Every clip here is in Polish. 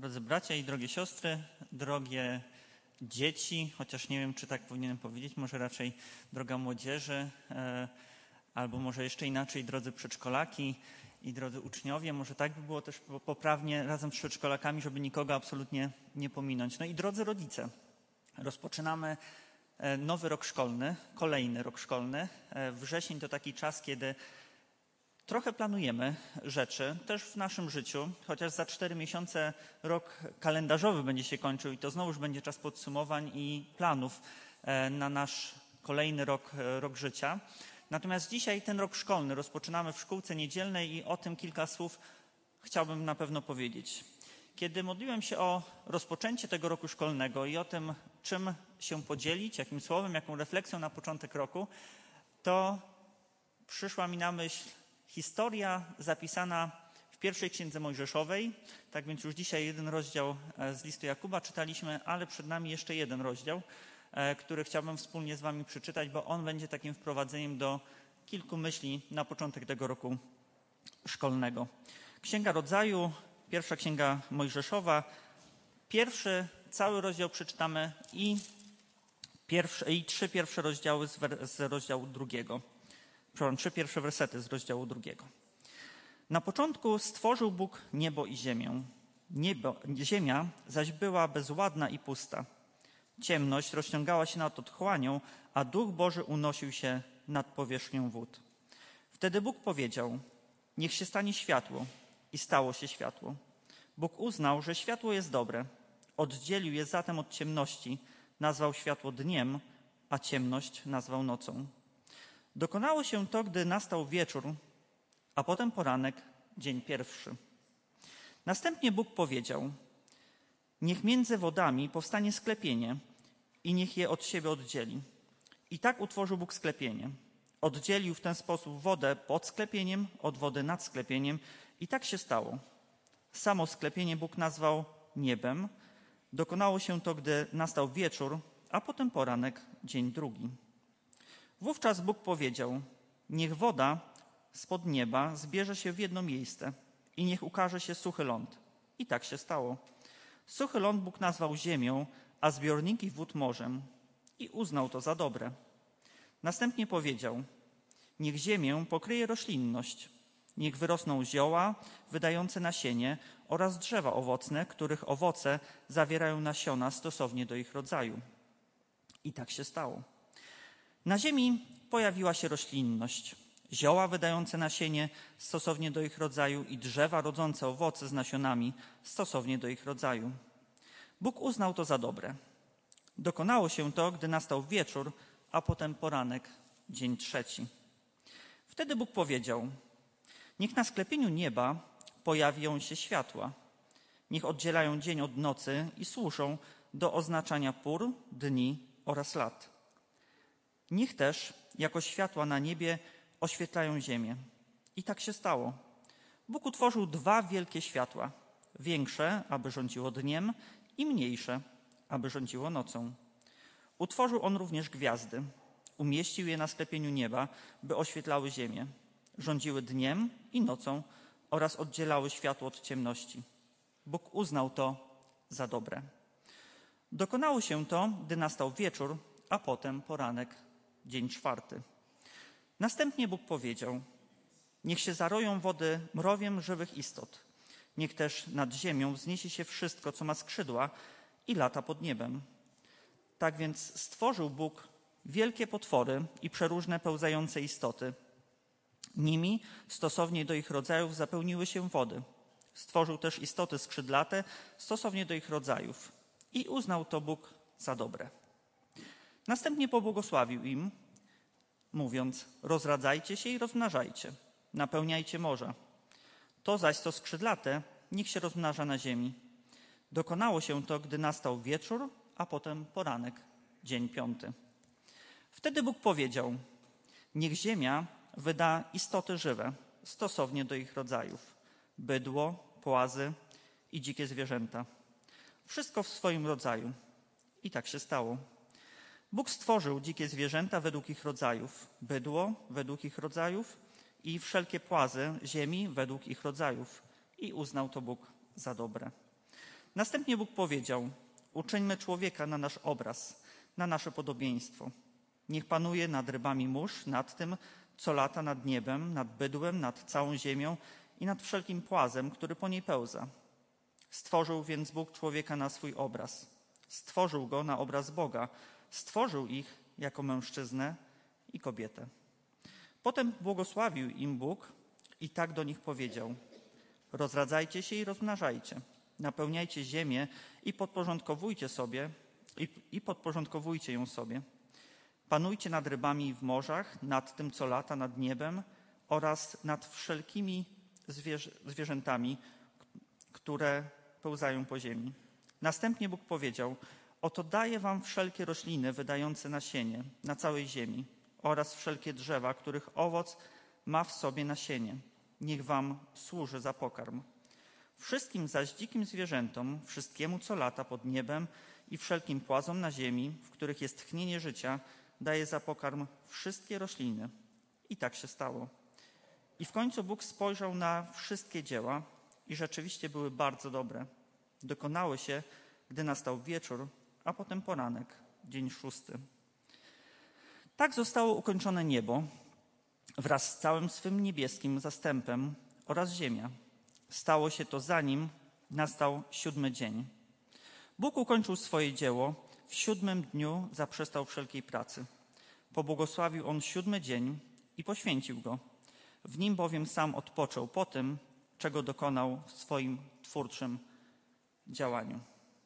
Drodzy bracia i drogie siostry, drogie dzieci, chociaż nie wiem, czy tak powinienem powiedzieć, może raczej droga młodzieży, albo może jeszcze inaczej, drodzy przedszkolaki i drodzy uczniowie, może tak by było też poprawnie razem z przedszkolakami, żeby nikogo absolutnie nie pominąć. No i drodzy rodzice, rozpoczynamy nowy rok szkolny, kolejny rok szkolny. Wrzesień to taki czas, kiedy trochę planujemy rzeczy, też w naszym życiu, chociaż za 4 miesiące rok kalendarzowy będzie się kończył i to znowu już będzie czas podsumowań i planów na nasz kolejny rok życia. Natomiast dzisiaj ten rok szkolny rozpoczynamy w szkółce niedzielnej i o tym kilka słów chciałbym na pewno powiedzieć. Kiedy modliłem się o rozpoczęcie tego roku szkolnego i o tym, czym się podzielić, jakim słowem, jaką refleksją na początek roku, to przyszła mi na myśl historia zapisana w pierwszej księdze Mojżeszowej. Tak więc już dzisiaj jeden rozdział z listu Jakuba czytaliśmy, ale przed nami jeszcze jeden rozdział, który chciałbym wspólnie z wami przeczytać, bo on będzie takim wprowadzeniem do kilku myśli na początek tego roku szkolnego. Księga Rodzaju, pierwsza księga Mojżeszowa. Pierwszy cały rozdział przeczytamy i 3 pierwsze rozdziały z rozdziału drugiego. 3 pierwsze wersety z rozdziału drugiego. Na początku stworzył Bóg niebo i ziemię. Ziemia zaś była bezładna i pusta. Ciemność rozciągała się nad otchłanią, a Duch Boży unosił się nad powierzchnią wód. Wtedy Bóg powiedział: niech się stanie światło. I stało się światło. Bóg uznał, że światło jest dobre. Oddzielił je zatem od ciemności. Nazwał światło dniem, a ciemność nazwał nocą. Dokonało się to, gdy nastał wieczór, a potem poranek, dzień pierwszy. Następnie Bóg powiedział: niech między wodami powstanie sklepienie i niech je od siebie oddzieli. I tak utworzył Bóg sklepienie. Oddzielił w ten sposób wodę pod sklepieniem od wody nad sklepieniem i tak się stało. Samo sklepienie Bóg nazwał niebem. Dokonało się to, gdy nastał wieczór, a potem poranek, dzień drugi. Wówczas Bóg powiedział: niech woda spod nieba zbierze się w jedno miejsce i niech ukaże się suchy ląd. I tak się stało. Suchy ląd Bóg nazwał ziemią, a zbiorniki wód morzem. I uznał to za dobre. Następnie powiedział: niech ziemię pokryje roślinność. Niech wyrosną zioła wydające nasienie oraz drzewa owocne, których owoce zawierają nasiona stosownie do ich rodzaju. I tak się stało. Na ziemi pojawiła się roślinność, zioła wydające nasienie stosownie do ich rodzaju i drzewa rodzące owoce z nasionami stosownie do ich rodzaju. Bóg uznał to za dobre. Dokonało się to, gdy nastał wieczór, a potem poranek, dzień trzeci. Wtedy Bóg powiedział: niech na sklepieniu nieba pojawią się światła. Niech oddzielają dzień od nocy i służą do oznaczania pór, dni oraz lat. Niech też jako światła na niebie oświetlają ziemię. I tak się stało. Bóg utworzył 2 wielkie światła. Większe, aby rządziło dniem, i mniejsze, aby rządziło nocą. Utworzył on również gwiazdy. Umieścił je na sklepieniu nieba, by oświetlały ziemię. Rządziły dniem i nocą oraz oddzielały światło od ciemności. Bóg uznał to za dobre. Dokonało się to, gdy nastał wieczór, a potem poranek, dzień czwarty. Następnie Bóg powiedział: niech się zaroją wody mrowiem żywych istot. Niech też nad ziemią wzniesie się wszystko, co ma skrzydła i lata pod niebem. Tak więc stworzył Bóg wielkie potwory i przeróżne pełzające istoty. Nimi, stosownie do ich rodzajów, zapełniły się wody. Stworzył też istoty skrzydlate, stosownie do ich rodzajów. I uznał to Bóg za dobre. Następnie pobłogosławił im, mówiąc: rozradzajcie się i rozmnażajcie, napełniajcie morza. To zaś, co skrzydlate, niech się rozmnaża na ziemi. Dokonało się to, gdy nastał wieczór, a potem poranek, dzień piąty. Wtedy Bóg powiedział: niech ziemia wyda istoty żywe, stosownie do ich rodzajów: bydło, płazy i dzikie zwierzęta. Wszystko w swoim rodzaju. I tak się stało. Bóg stworzył dzikie zwierzęta według ich rodzajów, bydło według ich rodzajów i wszelkie płazy ziemi według ich rodzajów. I uznał to Bóg za dobre. Następnie Bóg powiedział: uczyńmy człowieka na nasz obraz, na nasze podobieństwo. Niech panuje nad rybami mórz, nad tym, co lata nad niebem, nad bydłem, nad całą ziemią i nad wszelkim płazem, który po niej pełza. Stworzył więc Bóg człowieka na swój obraz. Stworzył go na obraz Boga. Stworzył ich jako mężczyznę i kobietę. Potem błogosławił im Bóg i tak do nich powiedział: rozradzajcie się i rozmnażajcie. Napełniajcie ziemię i podporządkowujcie ją sobie. Panujcie nad rybami w morzach, nad tym, co lata nad niebem oraz nad wszelkimi zwierzętami, które pełzają po ziemi. Następnie Bóg powiedział: oto daję wam wszelkie rośliny wydające nasienie na całej ziemi oraz wszelkie drzewa, których owoc ma w sobie nasienie. Niech wam służy za pokarm. Wszystkim zaś dzikim zwierzętom, wszystkiemu, co lata pod niebem i wszelkim płazom na ziemi, w których jest tchnienie życia, daje za pokarm wszystkie rośliny. I tak się stało. I w końcu Bóg spojrzał na wszystkie dzieła i rzeczywiście były bardzo dobre. Dokonały się, gdy nastał wieczór, a potem poranek, dzień 6. Tak zostało ukończone niebo wraz z całym swym niebieskim zastępem oraz ziemia. Stało się to, zanim nastał 7 dzień. Bóg ukończył swoje dzieło, w 7 dniu zaprzestał wszelkiej pracy. Pobłogosławił on 7 dzień i poświęcił go. W nim bowiem sam odpoczął po tym, czego dokonał w swoim twórczym działaniu.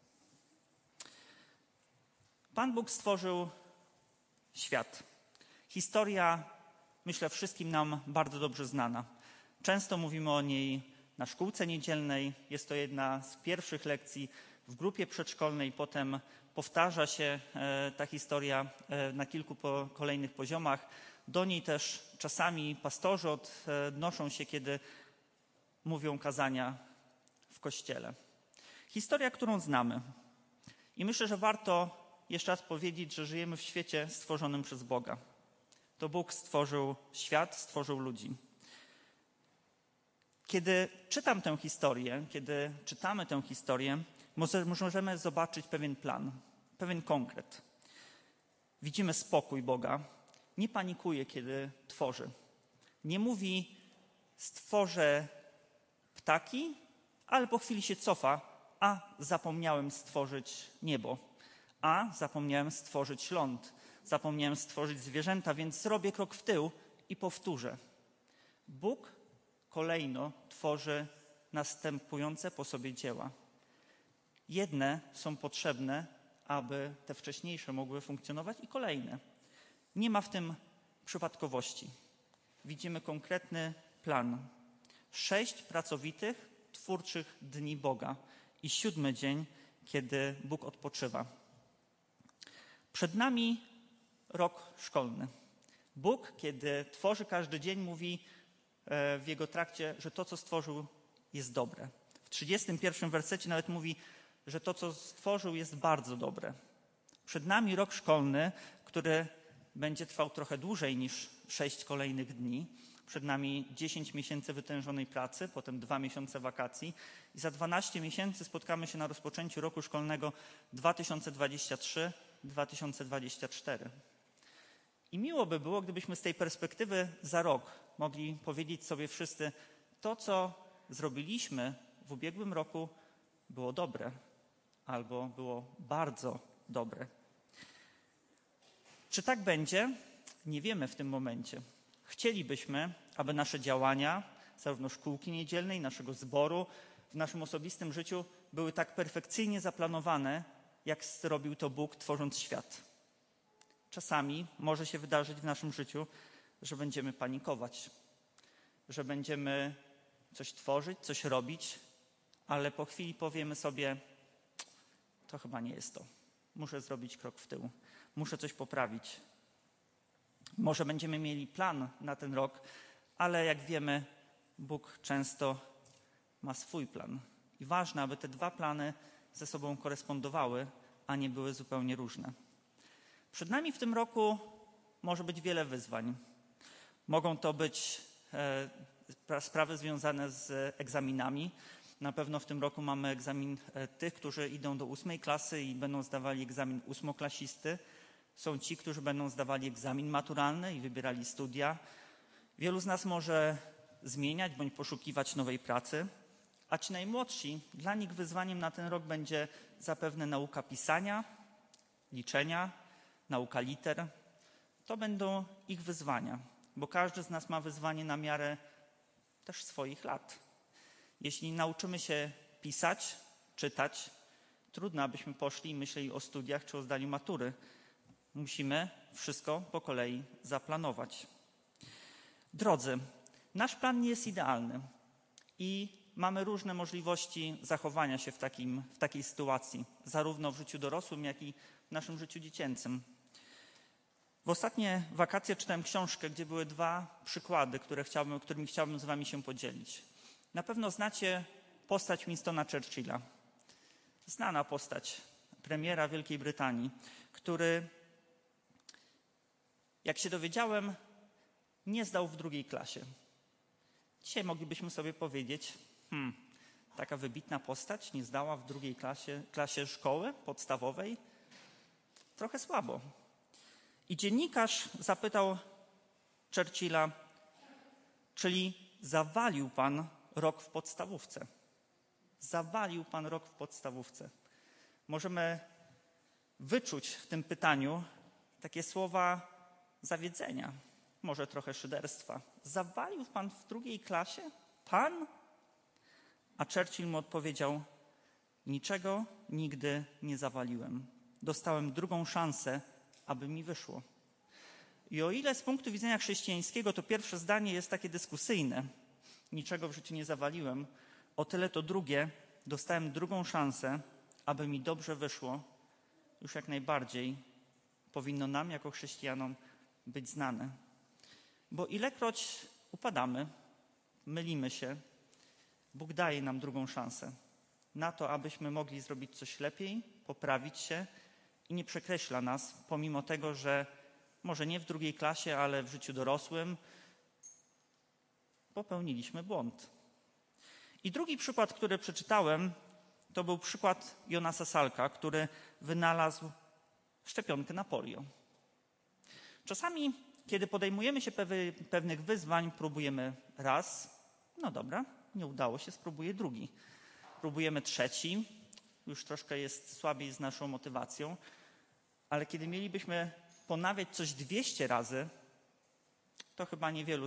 Pan Bóg stworzył świat. Historia, myślę, wszystkim nam bardzo dobrze znana. Często mówimy o niej na szkółce niedzielnej. Jest to jedna z pierwszych lekcji w grupie przedszkolnej. Potem powtarza się ta historia na kilku kolejnych poziomach. Do niej też czasami pastorzy odnoszą się, kiedy mówią kazania w kościele. Historia, którą znamy. I myślę, że warto jeszcze raz powiedzieć, że żyjemy w świecie stworzonym przez Boga. To Bóg stworzył świat, stworzył ludzi. Kiedy czytam tę historię, kiedy czytamy tę historię, możemy zobaczyć pewien plan, pewien konkret. Widzimy spokój Boga. Nie panikuje, kiedy tworzy. Nie mówi: stworzę ptaki, ale po chwili się cofa: a zapomniałem stworzyć niebo, a zapomniałem stworzyć ląd, zapomniałem stworzyć zwierzęta, więc zrobię krok w tył i powtórzę. Bóg kolejno tworzy następujące po sobie dzieła. Jedne są potrzebne, aby te wcześniejsze mogły funkcjonować, i kolejne. Nie ma w tym przypadkowości. Widzimy konkretny plan. 6 pracowitych, twórczych dni Boga i 7 dzień, kiedy Bóg odpoczywa. Przed nami rok szkolny. Bóg, kiedy tworzy każdy dzień, mówi w jego trakcie, że to, co stworzył, jest dobre. W 31 wersecie nawet mówi, że to, co stworzył, jest bardzo dobre. Przed nami rok szkolny, który będzie trwał trochę dłużej niż 6 kolejnych dni. Przed nami 10 miesięcy wytężonej pracy, potem 2 miesiące wakacji i za 12 miesięcy spotkamy się na rozpoczęciu roku szkolnego 2023-2024. I miło by było, gdybyśmy z tej perspektywy za rok mogli powiedzieć sobie wszyscy: to, co zrobiliśmy w ubiegłym roku, było dobre albo było bardzo dobre. Czy tak będzie? Nie wiemy w tym momencie. Chcielibyśmy, aby nasze działania, zarówno szkółki niedzielnej, naszego zboru, w naszym osobistym życiu były tak perfekcyjnie zaplanowane, jak zrobił to Bóg, tworząc świat. Czasami może się wydarzyć w naszym życiu, że będziemy panikować, że będziemy coś tworzyć, coś robić, ale po chwili powiemy sobie: to chyba nie jest to. Muszę zrobić krok w tył. Muszę coś poprawić. Może będziemy mieli plan na ten rok, ale jak wiemy, Bóg często ma swój plan. I ważne, aby te 2 plany ze sobą korespondowały, a nie były zupełnie różne. Przed nami w tym roku może być wiele wyzwań. Mogą to być sprawy związane z egzaminami. Na pewno w tym roku mamy egzamin tych, którzy idą do 8 klasy i będą zdawali egzamin ósmoklasisty. Są ci, którzy będą zdawali egzamin maturalny i wybierali studia. Wielu z nas może zmieniać bądź poszukiwać nowej pracy, a ci najmłodsi, dla nich wyzwaniem na ten rok będzie zapewne nauka pisania, liczenia, nauka liter. To będą ich wyzwania, bo każdy z nas ma wyzwanie na miarę też swoich lat. Jeśli nauczymy się pisać, czytać, trudno, abyśmy poszli i myśleli o studiach czy o zdaniu matury. Musimy wszystko po kolei zaplanować. Drodzy, nasz plan nie jest idealny i mamy różne możliwości zachowania się w takiej sytuacji, zarówno w życiu dorosłym, jak i w naszym życiu dziecięcym. W ostatnie wakacje czytałem książkę, gdzie były 2 przykłady, którymi chciałbym z wami się podzielić. Na pewno znacie postać Winstona Churchilla. Znana postać, premiera Wielkiej Brytanii, który, jak się dowiedziałem, nie zdał w 2 klasie. Dzisiaj moglibyśmy sobie powiedzieć, taka wybitna postać nie zdała w 2 klasie szkoły podstawowej? Trochę słabo. I dziennikarz zapytał Churchilla, czyli zawalił pan rok w podstawówce. Zawalił pan rok w podstawówce. Możemy wyczuć w tym pytaniu takie słowa zawiedzenia, może trochę szyderstwa. Zawalił pan w 2 klasie? Pan? A Churchill mu odpowiedział, niczego nigdy nie zawaliłem. Dostałem 2 szansę, aby mi wyszło. I o ile z punktu widzenia chrześcijańskiego to pierwsze zdanie jest takie dyskusyjne, niczego w życiu nie zawaliłem, o tyle to drugie, dostałem 2 szansę, aby mi dobrze wyszło, już jak najbardziej powinno nam jako chrześcijanom być znane. Bo ilekroć upadamy, mylimy się, Bóg daje nam 2 szansę na to, abyśmy mogli zrobić coś lepiej, poprawić się i nie przekreśla nas, pomimo tego, że może nie w 2 klasie, ale w życiu dorosłym popełniliśmy błąd. I drugi przykład, który przeczytałem, to był przykład Jonasa Salka, który wynalazł szczepionkę na polio. Czasami, kiedy podejmujemy się pewnych wyzwań, próbujemy raz, no dobra, nie udało się, spróbuję drugi. Próbujemy trzeci, już troszkę jest słabiej z naszą motywacją, ale kiedy mielibyśmy ponawiać coś 200 razy, to chyba niewielu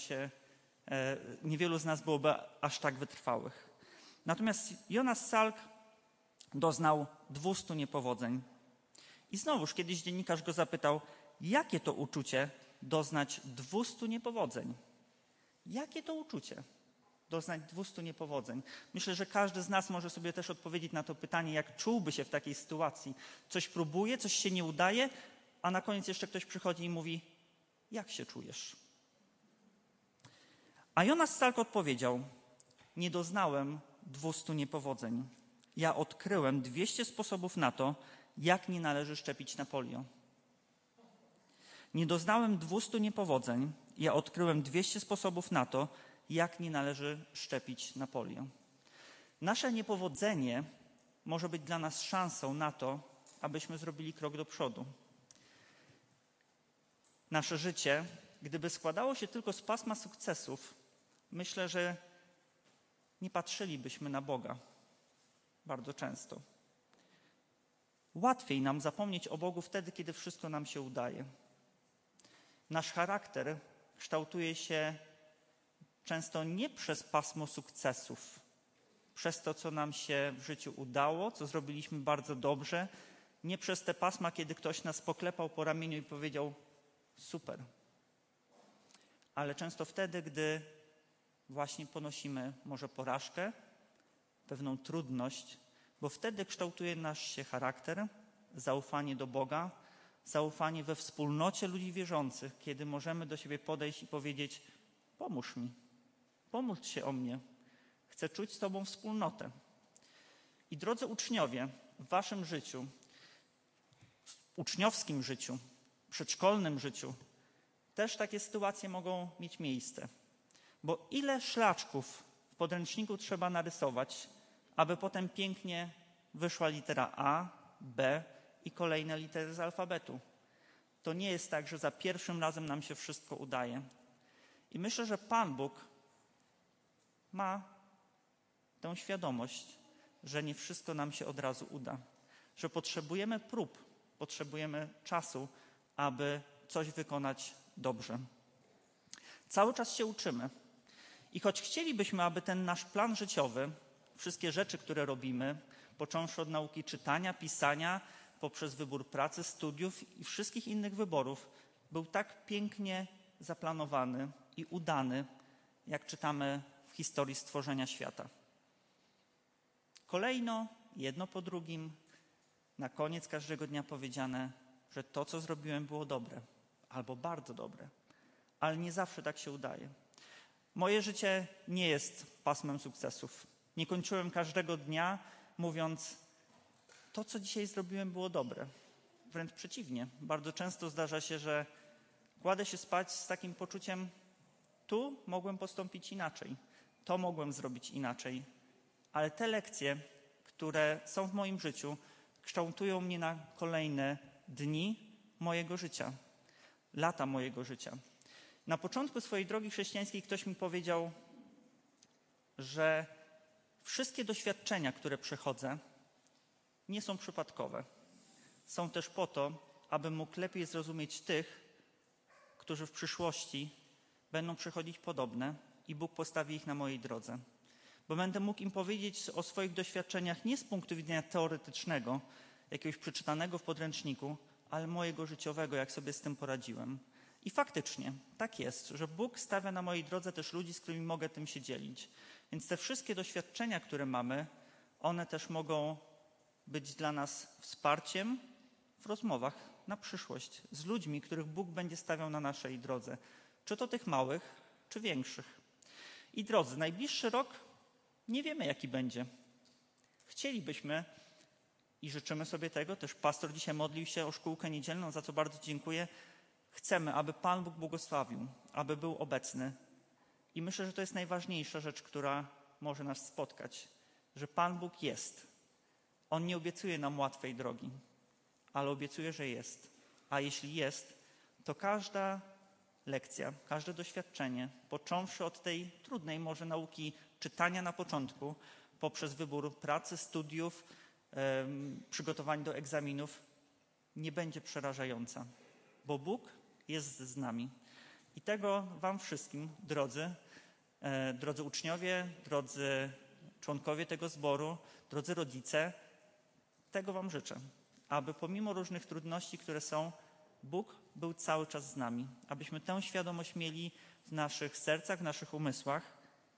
z nas byłoby aż tak wytrwałych. Natomiast Jonas Salk doznał 200 niepowodzeń. I znowuż kiedyś dziennikarz go zapytał, jakie to uczucie doznać 200 niepowodzeń? Jakie to uczucie doznać 200 niepowodzeń? Myślę, że każdy z nas może sobie też odpowiedzieć na to pytanie, jak czułby się w takiej sytuacji. Coś próbuje, coś się nie udaje, a na koniec jeszcze ktoś przychodzi i mówi, jak się czujesz? A Jonas Salk odpowiedział, nie doznałem 200 niepowodzeń. Ja odkryłem 200 sposobów na to, jak nie należy szczepić na polio. Nie doznałem 200 niepowodzeń. Ja odkryłem 200 sposobów na to, jak nie należy szczepić na polio. Nasze niepowodzenie może być dla nas szansą na to, abyśmy zrobili krok do przodu. Nasze życie, gdyby składało się tylko z pasma sukcesów, myślę, że nie patrzylibyśmy na Boga bardzo często. Łatwiej nam zapomnieć o Bogu wtedy, kiedy wszystko nam się udaje. Nasz charakter kształtuje się często nie przez pasmo sukcesów, przez to, co nam się w życiu udało, co zrobiliśmy bardzo dobrze, nie przez te pasma, kiedy ktoś nas poklepał po ramieniu i powiedział super. Ale często wtedy, gdy właśnie ponosimy może porażkę, pewną trudność, bo wtedy kształtuje nasz się charakter, zaufanie do Boga, zaufanie we wspólnocie ludzi wierzących, kiedy możemy do siebie podejść i powiedzieć pomóż mi, pomóż się o mnie, chcę czuć z Tobą wspólnotę. I drodzy uczniowie, w waszym życiu, uczniowskim życiu, przedszkolnym życiu, też takie sytuacje mogą mieć miejsce. Bo ile szlaczków w podręczniku trzeba narysować, aby potem pięknie wyszła litera A, B i kolejne litery z alfabetu. To nie jest tak, że za pierwszym razem nam się wszystko udaje. I myślę, że Pan Bóg ma tę świadomość, że nie wszystko nam się od razu uda, że potrzebujemy prób, potrzebujemy czasu, aby coś wykonać dobrze. Cały czas się uczymy. I choć chcielibyśmy, aby ten nasz plan życiowy, wszystkie rzeczy, które robimy, począwszy od nauki czytania, pisania, poprzez wybór pracy, studiów i wszystkich innych wyborów, był tak pięknie zaplanowany i udany, jak czytamy w historii stworzenia świata. Kolejno, jedno po drugim, na koniec każdego dnia powiedziane, że to, co zrobiłem, było dobre albo bardzo dobre, ale nie zawsze tak się udaje. Moje życie nie jest pasmem sukcesów. Nie kończyłem każdego dnia mówiąc, to, co dzisiaj zrobiłem, było dobre. Wręcz przeciwnie. Bardzo często zdarza się, że kładę się spać z takim poczuciem, tu mogłem postąpić inaczej, to mogłem zrobić inaczej, ale te lekcje, które są w moim życiu, kształtują mnie na kolejne dni mojego życia, lata mojego życia. Na początku swojej drogi chrześcijańskiej ktoś mi powiedział, że wszystkie doświadczenia, które przechodzę, nie są przypadkowe. Są też po to, abym mógł lepiej zrozumieć tych, którzy w przyszłości będą przechodzić podobne i Bóg postawi ich na mojej drodze. Bo będę mógł im powiedzieć o swoich doświadczeniach nie z punktu widzenia teoretycznego, jakiegoś przeczytanego w podręczniku, ale mojego życiowego, jak sobie z tym poradziłem. I faktycznie tak jest, że Bóg stawia na mojej drodze też ludzi, z którymi mogę tym się dzielić. Więc te wszystkie doświadczenia, które mamy, one też mogą być dla nas wsparciem w rozmowach na przyszłość z ludźmi, których Bóg będzie stawiał na naszej drodze. Czy to tych małych, czy większych. I drodzy, najbliższy rok nie wiemy, jaki będzie. Chcielibyśmy i życzymy sobie tego, też pastor dzisiaj modlił się o szkółkę niedzielną, za co bardzo dziękuję. Chcemy, aby Pan Bóg błogosławił, aby był obecny. I myślę, że to jest najważniejsza rzecz, która może nas spotkać, że Pan Bóg jest. On nie obiecuje nam łatwej drogi, ale obiecuje, że jest. A jeśli jest, to każda lekcja, każde doświadczenie, począwszy od tej trudnej może nauki czytania na początku, poprzez wybór pracy, studiów, przygotowań do egzaminów, nie będzie przerażająca, bo Bóg jest z nami. I tego wam wszystkim, drodzy uczniowie, drodzy członkowie tego zboru, drodzy rodzice, tego wam życzę, aby pomimo różnych trudności, które są, Bóg był cały czas z nami, abyśmy tę świadomość mieli w naszych sercach, w naszych umysłach,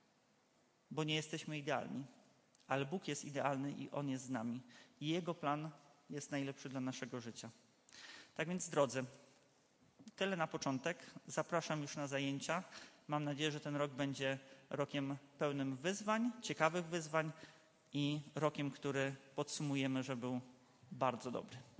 bo nie jesteśmy idealni, ale Bóg jest idealny i On jest z nami i Jego plan jest najlepszy dla naszego życia. Tak więc, drodzy, tyle na początek. Zapraszam już na zajęcia. Mam nadzieję, że ten rok będzie rokiem pełnym wyzwań, ciekawych wyzwań i rokiem, który podsumujemy, że był bardzo dobry.